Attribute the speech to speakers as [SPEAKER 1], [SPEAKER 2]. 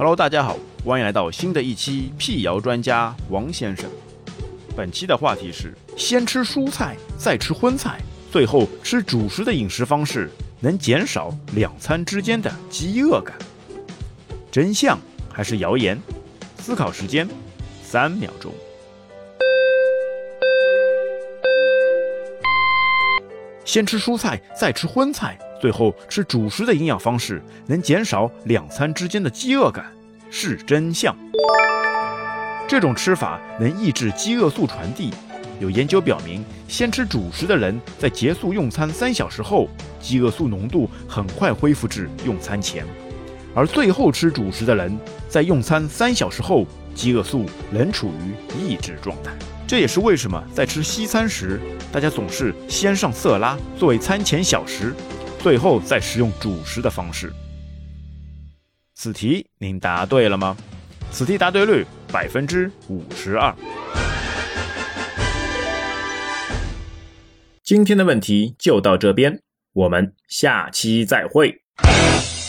[SPEAKER 1] Hello， 大家好，欢迎来到新的一期辟谣专家王先生。本期的话题是：先吃蔬菜，再吃荤菜，最后吃主食的饮食方式能减少两餐之间的饥饿感。真相还是谣言？思考时间3秒钟。先吃蔬菜，再吃荤菜，最后吃主食的营养方式能减少两餐之间的饥饿感，是真相。这种吃法能抑制饥饿素传递。有研究表明，先吃主食的人在结束用餐3小时后，饥饿素浓度很快恢复至用餐前；而最后吃主食的人，在用餐3小时后，饥饿素仍处于抑制状态。这也是为什么在吃西餐时，大家总是先上色拉作为餐前小食，最后再食用主食的方式。此题您答对了吗？此题答对率52%。今天的问题就到这边，我们下期再会。